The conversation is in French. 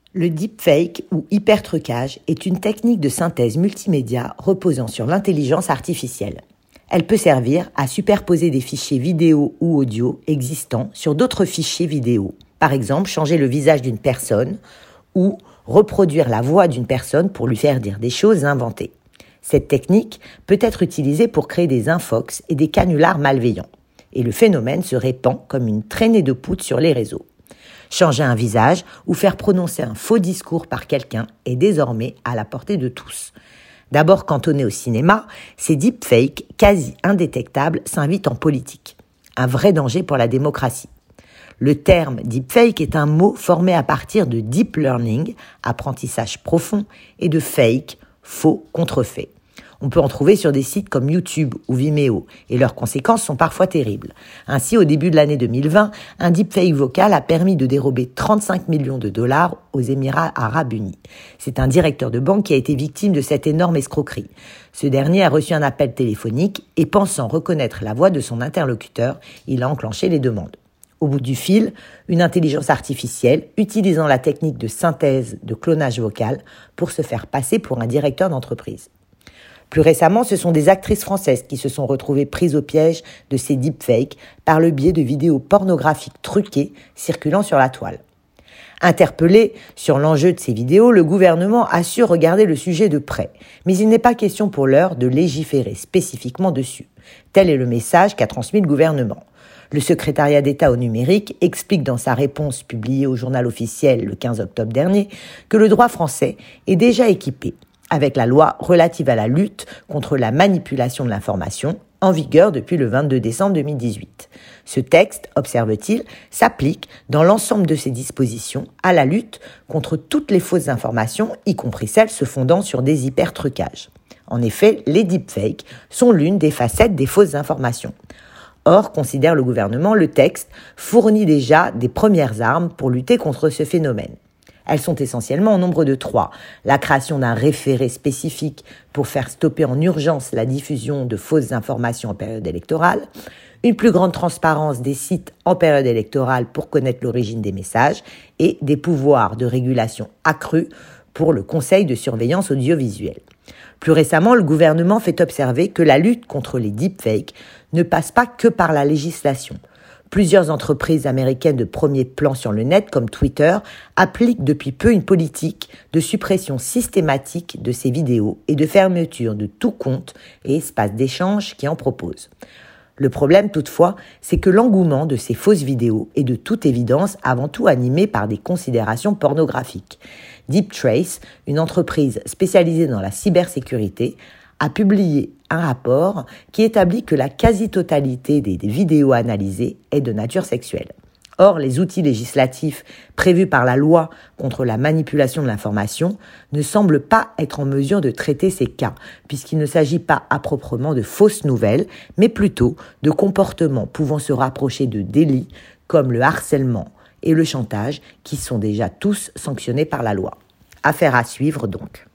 Le deepfake ou hypertrucage est une technique de synthèse multimédia reposant sur l'intelligence artificielle. Elle peut servir à superposer des fichiers vidéo ou audio existants sur d'autres fichiers vidéo. Par exemple, changer le visage d'une personne ou reproduire la voix d'une personne pour lui faire dire des choses inventées. Cette technique peut être utilisée pour créer des infox et des canulars malveillants. Et le phénomène se répand comme une traînée de poudre sur les réseaux. Changer un visage ou faire prononcer un faux discours par quelqu'un est désormais à la portée de tous. D'abord cantonnés au cinéma, ces deepfakes quasi indétectables s'invitent en politique. Un vrai danger pour la démocratie. Le terme deepfake est un mot formé à partir de deep learning, apprentissage profond, et de fake, faux contrefait. On peut en trouver sur des sites comme YouTube ou Vimeo, et leurs conséquences sont parfois terribles. Ainsi, au début de l'année 2020, un deepfake vocal a permis de dérober 35 millions de dollars aux Émirats arabes unis. C'est un directeur de banque qui a été victime de cette énorme escroquerie. Ce dernier a reçu un appel téléphonique et, pensant reconnaître la voix de son interlocuteur, il a enclenché les demandes. Au bout du fil, une intelligence artificielle utilisant la technique de synthèse de clonage vocal pour se faire passer pour un directeur d'entreprise. Plus récemment, ce sont des actrices françaises qui se sont retrouvées prises au piège de ces deepfakes par le biais de vidéos pornographiques truquées circulant sur la toile. Interpellé sur l'enjeu de ces vidéos, le gouvernement a su regarder le sujet de près. Mais il n'est pas question pour l'heure de légiférer spécifiquement dessus. Tel est le message qu'a transmis le gouvernement. Le secrétariat d'État au numérique explique dans sa réponse publiée au journal officiel le 15 octobre dernier que le droit français est déjà équipé avec la loi relative à la lutte contre la manipulation de l'information, en vigueur depuis le 22 décembre 2018. Ce texte, observe-t-il, s'applique dans l'ensemble de ses dispositions à la lutte contre toutes les fausses informations, y compris celles se fondant sur des hypertrucages. En effet, les deepfakes sont l'une des facettes des fausses informations. Or, considère le gouvernement, le texte fournit déjà des premières armes pour lutter contre ce phénomène. Elles sont essentiellement au nombre de 3. La création d'un référé spécifique pour faire stopper en urgence la diffusion de fausses informations en période électorale, une plus grande transparence des sites en période électorale pour connaître l'origine des messages et des pouvoirs de régulation accrus pour le Conseil de surveillance audiovisuelle. Plus récemment, le gouvernement fait observer que la lutte contre les deepfakes ne passe pas que par la législation. Plusieurs entreprises américaines de premier plan sur le net, comme Twitter, appliquent depuis peu une politique de suppression systématique de ces vidéos et de fermeture de tout compte et espace d'échange qui en proposent. Le problème, toutefois, c'est que l'engouement de ces fausses vidéos est de toute évidence avant tout animé par des considérations pornographiques. DeepTrace, une entreprise spécialisée dans la cybersécurité, a publié un rapport qui établit que la quasi-totalité des vidéos analysées est de nature sexuelle. Or, les outils législatifs prévus par la loi contre la manipulation de l'information ne semblent pas être en mesure de traiter ces cas, puisqu'il ne s'agit pas à proprement de fausses nouvelles, mais plutôt de comportements pouvant se rapprocher de délits comme le harcèlement et le chantage, qui sont déjà tous sanctionnés par la loi. Affaire à suivre donc.